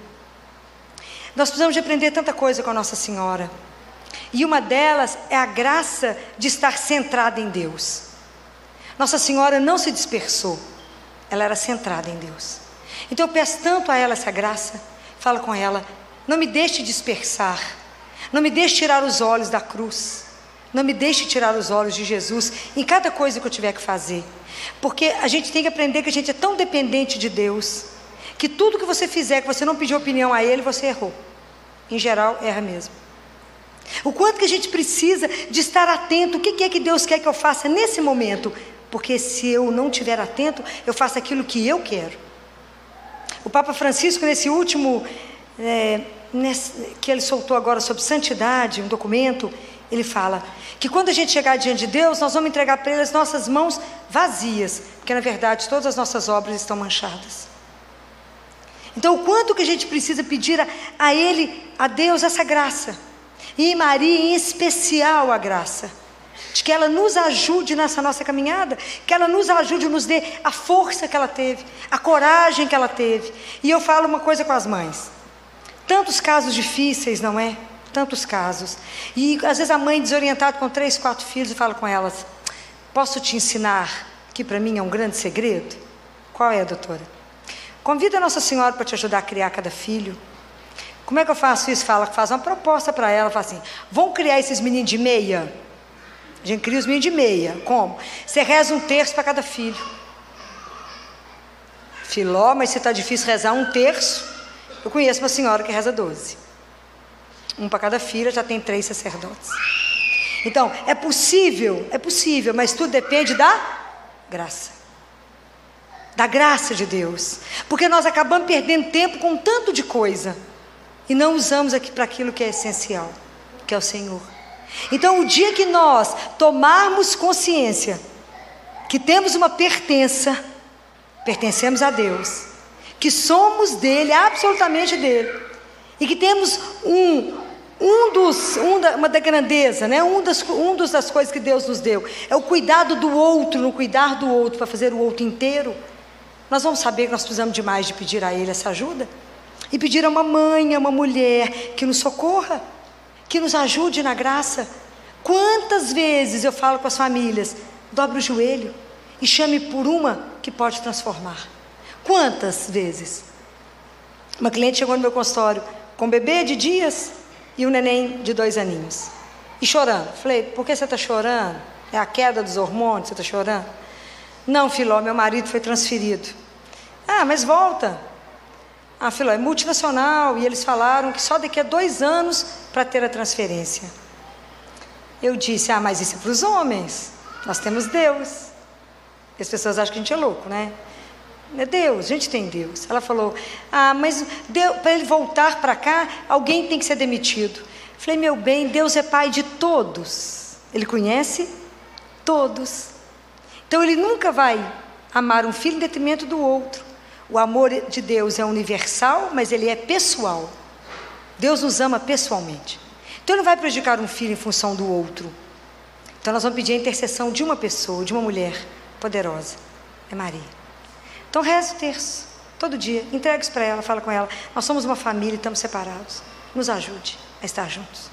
Nós precisamos de aprender tanta coisa com a Nossa Senhora, e uma delas é a graça de estar centrada em Deus. Nossa Senhora não se dispersou, ela era centrada em Deus. Então eu peço tanto a ela essa graça, fala com ela, não me deixe dispersar, não me deixe tirar os olhos da cruz, não me deixe tirar os olhos de Jesus em cada coisa que eu tiver que fazer, porque a gente tem que aprender que a gente é tão dependente de Deus, que tudo que você fizer, que você não pediu opinião a Ele, você errou. Em geral, erra mesmo. O quanto que a gente precisa de estar atento, o que é que Deus quer que eu faça nesse momento, porque se eu não estiver atento, eu faço aquilo que eu quero. O Papa Francisco, nesse último, que ele soltou agora sobre santidade, um documento, ele fala que quando a gente chegar diante de Deus, nós vamos entregar para Ele as nossas mãos vazias, porque na verdade todas as nossas obras estão manchadas. Então o quanto que a gente precisa pedir a Ele, a Deus, essa graça, e em Maria em especial a graça, de que ela nos ajude nessa nossa caminhada, que ela nos ajude, nos dê a força que ela teve, a coragem que ela teve. E eu falo uma coisa com as mães, tantos casos difíceis, não é? Tantos casos, e às vezes a mãe desorientada com 3, 4 filhos, e fala com elas, posso te ensinar que para mim é um grande segredo? Qual é, doutora? Convida a Nossa Senhora para te ajudar a criar cada filho. Como é que eu faço isso? Faz uma proposta para ela, fala assim, vamos criar esses meninos de meia? A gente cria os meninos de meia, como? Você reza 1/3 para cada filho. Filó, mas se está difícil rezar 1/3, eu conheço uma senhora que reza 12. Um para cada filha, já tem 3 sacerdotes. Então, é possível, mas tudo depende da graça. Da graça de Deus. Porque nós acabamos perdendo tempo com tanto de coisa. e não usamos aqui para aquilo que é essencial, que é o Senhor. Então, o dia que nós tomarmos consciência que temos uma pertença, pertencemos a Deus, que somos dele, absolutamente dele, e que temos uma da grandeza, né? Das coisas que Deus nos deu, é o cuidado do outro, no cuidar do outro, para fazer o outro inteiro. Nós vamos saber que nós precisamos demais de pedir a Ele essa ajuda, e pedir a uma mãe, a uma mulher, que nos socorra, que nos ajude na graça. Quantas vezes eu falo com as famílias, dobre o joelho e chame por uma que pode transformar. Quantas vezes? Uma cliente chegou no meu consultório com um bebê de dias e um neném de 2 aninhos, e chorando. Falei, por que você está chorando? É a queda dos hormônios, você está chorando? Não, Filó, meu marido foi transferido. Ah, mas volta. Ah, Filó, é multinacional, e eles falaram que só daqui a 2 anos para ter a transferência. Eu disse, mas isso é para os homens, nós temos Deus. E as pessoas acham que a gente é louco, né? É Deus, a gente tem Deus. Ela falou, mas para ele voltar para cá, alguém tem que ser demitido. Falei, meu bem, Deus é pai de todos, Ele conhece todos. Então Ele nunca vai amar um filho em detrimento do outro. O amor de Deus é universal, mas ele é pessoal. Deus nos ama pessoalmente. Então Ele não vai prejudicar um filho em função do outro. Então nós vamos pedir a intercessão de uma pessoa, de uma mulher poderosa, é Maria. Então reze o terço, todo dia, entregue isso para ela, fala com ela, nós somos uma família e estamos separados, nos ajude a estar juntos.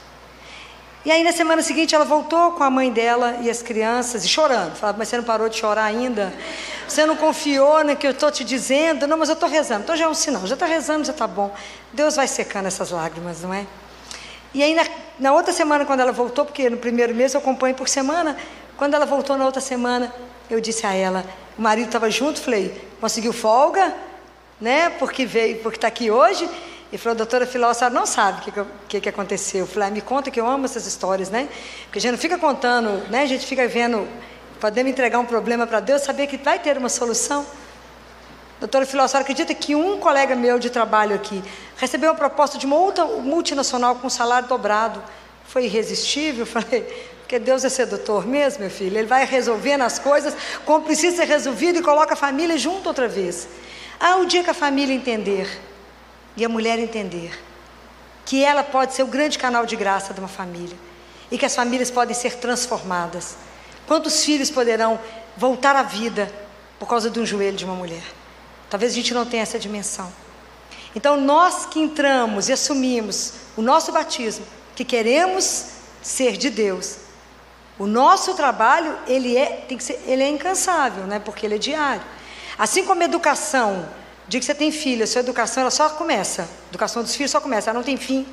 E aí na semana seguinte ela voltou com a mãe dela e as crianças, e chorando, falava, mas você não parou de chorar ainda? Você não confiou no que eu estou te dizendo? Não, mas eu estou rezando, então já é um sinal, já está rezando, já está bom. Deus vai secando essas lágrimas, não é? E aí na outra semana, quando ela voltou, porque no primeiro mês eu acompanho por semana, quando ela voltou na outra semana, eu disse a ela, o marido estava junto, falei, conseguiu folga, né, porque está aqui hoje? E falou, doutora Filó, a senhora não sabe o que aconteceu. Eu falei, me conta, que eu amo essas histórias, né, porque a gente não fica contando, né, a gente fica vendo, podemos entregar um problema para Deus, saber que vai ter uma solução. Doutora Filó, a senhora acredita que um colega meu de trabalho aqui recebeu uma proposta de uma outra multinacional com salário dobrado? Foi irresistível. Eu falei, porque Deus é sedutor mesmo, meu filho. Ele vai resolvendo as coisas como precisa ser resolvido e coloca a família junto outra vez. O dia que a família entender, e a mulher entender, que ela pode ser o grande canal de graça de uma família, e que as famílias podem ser transformadas. Quantos filhos poderão voltar à vida por causa de um joelho de uma mulher? Talvez a gente não tenha essa dimensão. Então nós que entramos e assumimos o nosso batismo, que queremos ser de Deus, o nosso trabalho, ele é incansável, né? Porque ele é diário. Assim como a educação, o dia que você tem filho, a sua educação ela só começa, a educação dos filhos só começa, ela não tem fim,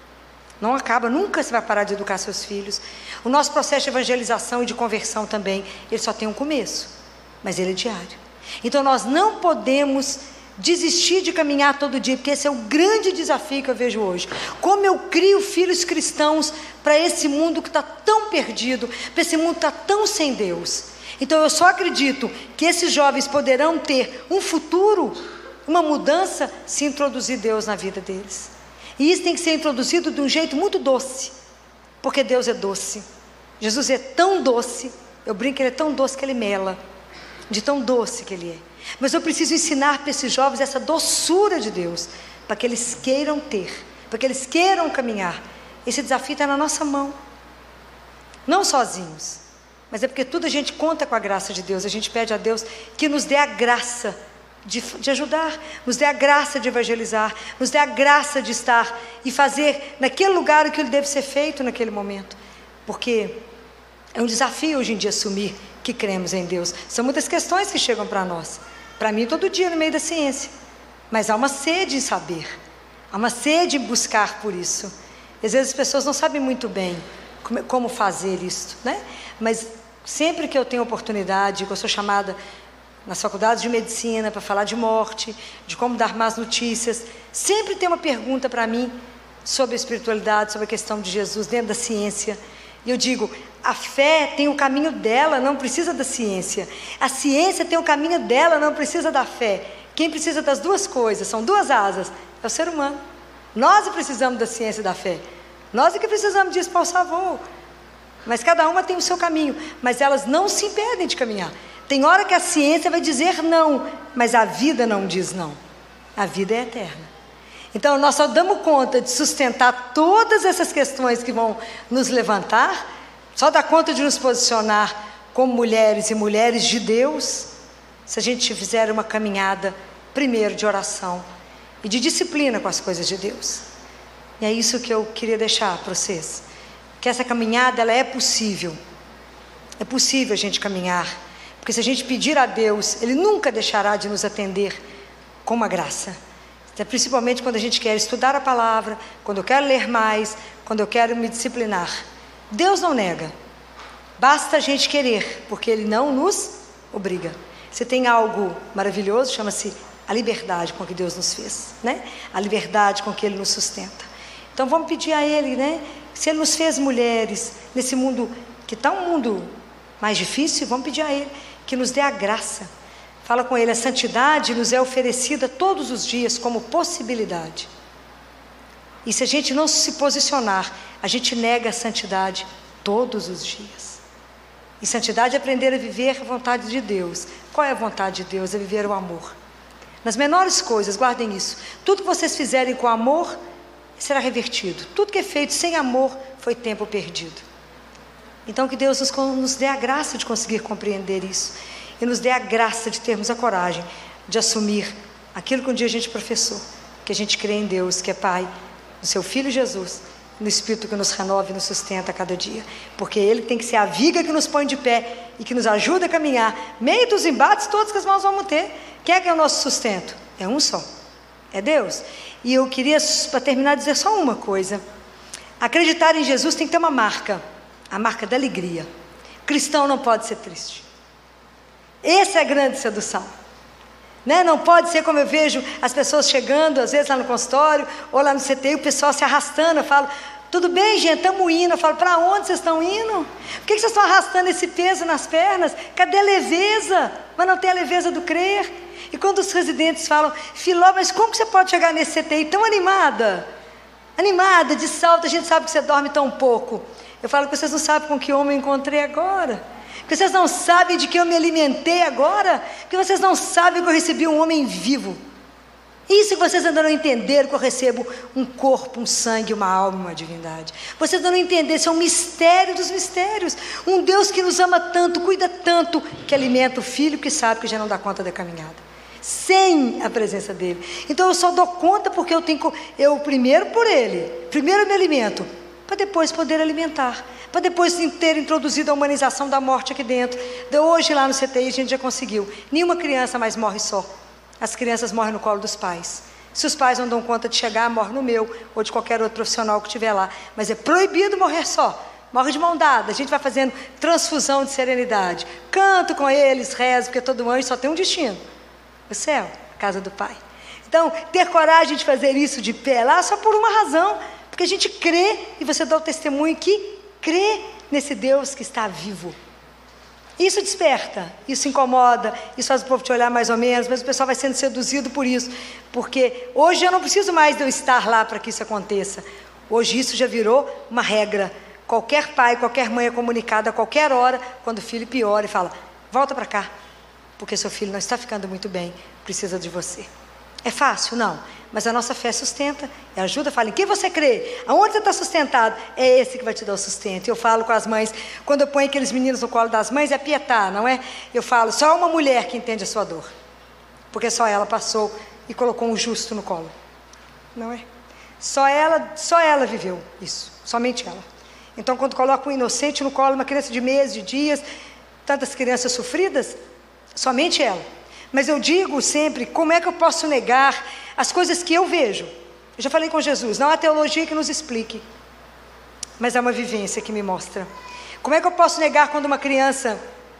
não acaba, nunca você vai parar de educar seus filhos. O nosso processo de evangelização e de conversão também, ele só tem um começo, mas ele é diário. Então nós não podemos desistir de caminhar todo dia, porque esse é o grande desafio que eu vejo hoje. Como eu crio filhos cristãos para esse mundo que está tão perdido, para esse mundo que está tão sem Deus. Então eu só acredito que esses jovens poderão ter um futuro, uma mudança, se introduzir Deus na vida deles. E isso tem que ser introduzido de um jeito muito doce, porque Deus é doce. Jesus é tão doce, eu brinco que Ele é tão doce que Ele mela, de tão doce que Ele é. Mas eu preciso ensinar para esses jovens essa doçura de Deus, para que eles queiram ter, para que eles queiram caminhar. Esse desafio está na nossa mão, não sozinhos, mas é porque tudo a gente conta com a graça de Deus. A gente pede a Deus que nos dê a graça de ajudar, nos dê a graça de evangelizar, nos dê a graça de estar e fazer naquele lugar o que deve ser feito naquele momento, porque é um desafio hoje em dia assumir que cremos em Deus. São muitas questões que chegam para nós, para mim todo dia no meio da ciência, mas há uma sede em saber, há uma sede em buscar por isso. Às vezes as pessoas não sabem muito bem como fazer isso, né? Mas sempre que eu tenho oportunidade, que eu sou chamada nas faculdades de medicina para falar de morte, de como dar más notícias, sempre tem uma pergunta para mim sobre a espiritualidade, sobre a questão de Jesus dentro da ciência. E eu digo, a fé tem o caminho dela, não precisa da ciência. A ciência tem o caminho dela, não precisa da fé. Quem precisa das duas coisas, são duas asas, é o ser humano. Nós precisamos da ciência da fé. Nós é que precisamos disso para o favor. Mas cada uma tem o seu caminho. Mas elas não se impedem de caminhar. Tem hora que a ciência vai dizer não, mas a vida não diz não. A vida é eterna. Então nós só damos conta de sustentar todas essas questões que vão nos levantar, só dá conta de nos posicionar como mulheres e mulheres de Deus, se a gente fizer uma caminhada, primeiro de oração e de disciplina com as coisas de Deus. E é isso que eu queria deixar para vocês, que essa caminhada, ela é possível. É possível a gente caminhar, porque se a gente pedir a Deus, Ele nunca deixará de nos atender com uma graça. Principalmente quando a gente quer estudar a palavra, quando eu quero ler mais, quando eu quero me disciplinar. Deus não nega, basta a gente querer, porque Ele não nos obriga. Você tem algo maravilhoso, chama-se a liberdade com que Deus nos fez, né? A liberdade com que Ele nos sustenta. Então vamos pedir a Ele, né? Se Ele nos fez mulheres, nesse mundo que está um mundo mais difícil, vamos pedir a Ele que nos dê a graça. Fala com Ele, a santidade nos é oferecida todos os dias como possibilidade. E se a gente não se posicionar, a gente nega a santidade todos os dias. E santidade é aprender a viver a vontade de Deus. Qual é a vontade de Deus? É viver o amor. Nas menores coisas, guardem isso. Tudo que vocês fizerem com amor, será revertido. Tudo que é feito sem amor, foi tempo perdido. Então que Deus nos dê a graça de conseguir compreender isso. E nos dê a graça de termos a coragem de assumir aquilo que um dia a gente professou, que a gente crê em Deus, que é Pai, no seu Filho Jesus, no Espírito que nos renova e nos sustenta a cada dia, porque Ele tem que ser a viga que nos põe de pé e que nos ajuda a caminhar, meio dos embates todos que nós vamos ter. Quem é que é o nosso sustento? É um só, é Deus. E eu queria, para terminar, dizer só uma coisa. Acreditar em Jesus tem que ter uma marca, a marca da alegria. Cristão não pode ser triste. Essa é a grande sedução, né? Não pode ser como eu vejo as pessoas chegando, às vezes lá no consultório, ou lá no CTI, o pessoal se arrastando. Eu falo, tudo bem gente, estamos indo. Eu falo, para onde vocês estão indo? Por que vocês estão arrastando esse peso nas pernas? Cadê a leveza? Mas não tem a leveza do crer. E quando os residentes falam, Filó, mas como que você pode chegar nesse CTI tão animada? Animada, de salto, a gente sabe que você dorme tão pouco. Eu falo que vocês não sabem com que homem eu encontrei agora. Porque vocês não sabem de que eu me alimentei agora, porque vocês não sabem que eu recebi um homem vivo. Isso que vocês ainda não entenderam, que eu recebo um corpo, um sangue, uma alma, uma divindade. Vocês ainda não entenderam, isso é um mistério dos mistérios. Um Deus que nos ama tanto, cuida tanto, que alimenta o filho que sabe que já não dá conta da caminhada, sem a presença dele. Então eu só dou conta porque eu primeiro por ele, primeiro eu me alimento, para depois poder alimentar, para depois ter introduzido a humanização da morte aqui dentro. De hoje lá no CTI a gente já conseguiu. Nenhuma criança mais morre só. As crianças morrem no colo dos pais. Se os pais não dão conta de chegar, morre no meu, ou de qualquer outro profissional que estiver lá. Mas é proibido morrer só. Morre de mão dada. A gente vai fazendo transfusão de serenidade. Canto com eles, rezo, porque todo anjo só tem um destino: o céu, a casa do Pai. Então, ter coragem de fazer isso de pé lá, só por uma razão. Porque a gente crê, e você dá o testemunho que crê nesse Deus que está vivo. Isso desperta, isso incomoda, isso faz o povo te olhar mais ou menos, mas o pessoal vai sendo seduzido por isso. Porque hoje eu não preciso mais de eu estar lá para que isso aconteça. Hoje isso já virou uma regra. Qualquer pai, qualquer mãe é comunicado a qualquer hora, quando o filho piora e fala, volta para cá, porque seu filho não está ficando muito bem, precisa de você. É fácil? Não. Mas a nossa fé sustenta, e ajuda, fala, em quem você crê? Aonde você está sustentado? É esse que vai te dar o sustento. E eu falo com as mães, quando eu ponho aqueles meninos no colo das mães, é pietar, não é? Eu falo, só uma mulher que entende a sua dor, porque só ela passou e colocou um justo no colo, não é? Só ela viveu isso, somente ela. Então quando coloca um inocente no colo, uma criança de meses, de dias, tantas crianças sofridas, somente ela. Mas eu digo sempre, como é que eu posso negar as coisas que eu vejo? Eu já falei com Jesus, não há teologia que nos explique, mas há uma vivência que me mostra. Como é que eu posso negar quando uma criança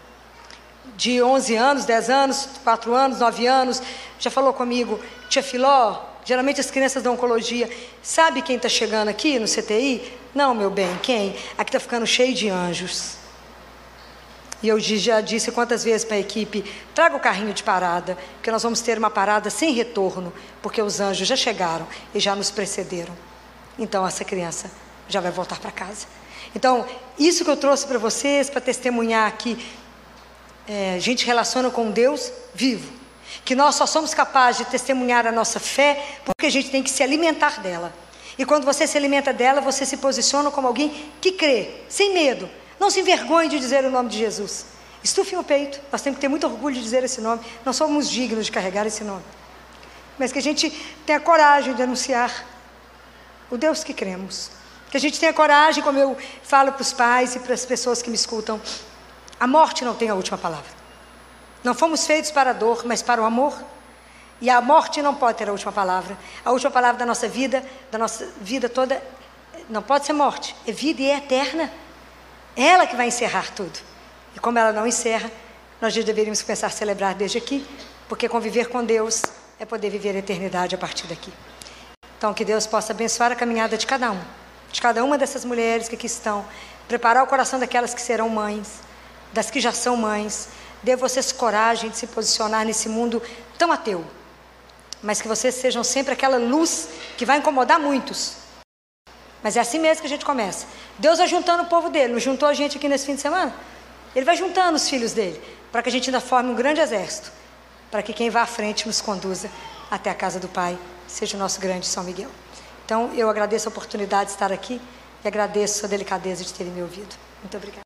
de 11 anos, 10 anos, 4 anos, 9 anos, já falou comigo, tia Filó, geralmente as crianças da oncologia, sabe quem está chegando aqui no CTI? Não, meu bem, quem? Aqui está ficando cheio de anjos. E eu já disse quantas vezes para a equipe, traga o carrinho de parada, porque nós vamos ter uma parada sem retorno, porque os anjos já chegaram e já nos precederam. Então essa criança já vai voltar para casa. Então, isso que eu trouxe para vocês, para testemunhar aqui, a gente relaciona com Deus vivo, que nós só somos capazes de testemunhar a nossa fé, porque a gente tem que se alimentar dela. E quando você se alimenta dela, você se posiciona como alguém que crê, sem medo. Não se envergonhe de dizer o nome de Jesus. Estufe o peito, nós temos que ter muito orgulho de dizer esse nome. Não somos dignos de carregar esse nome. Mas que a gente tenha coragem de anunciar o Deus que cremos. Que a gente tenha coragem, como eu falo para os pais e para as pessoas que me escutam, a morte não tem a última palavra. Não fomos feitos para a dor, mas para o amor. E a morte não pode ter a última palavra. A última palavra da nossa vida toda, não pode ser morte, é vida e é eterna. É ela que vai encerrar tudo. E como ela não encerra, nós já deveríamos começar a celebrar desde aqui, porque conviver com Deus é poder viver a eternidade a partir daqui. Então, que Deus possa abençoar a caminhada de cada uma dessas mulheres que aqui estão, preparar o coração daquelas que serão mães, das que já são mães. Dê vocês coragem de se posicionar nesse mundo tão ateu, mas que vocês sejam sempre aquela luz que vai incomodar muitos. Mas é assim mesmo que a gente começa. Deus vai juntando o povo dele, não juntou a gente aqui nesse fim de semana? Ele vai juntando os filhos dele, para que a gente ainda forme um grande exército, para que quem vá à frente nos conduza até a casa do Pai, seja o nosso grande São Miguel. Então, eu agradeço a oportunidade de estar aqui e agradeço a delicadeza de terem me ouvido. Muito obrigada.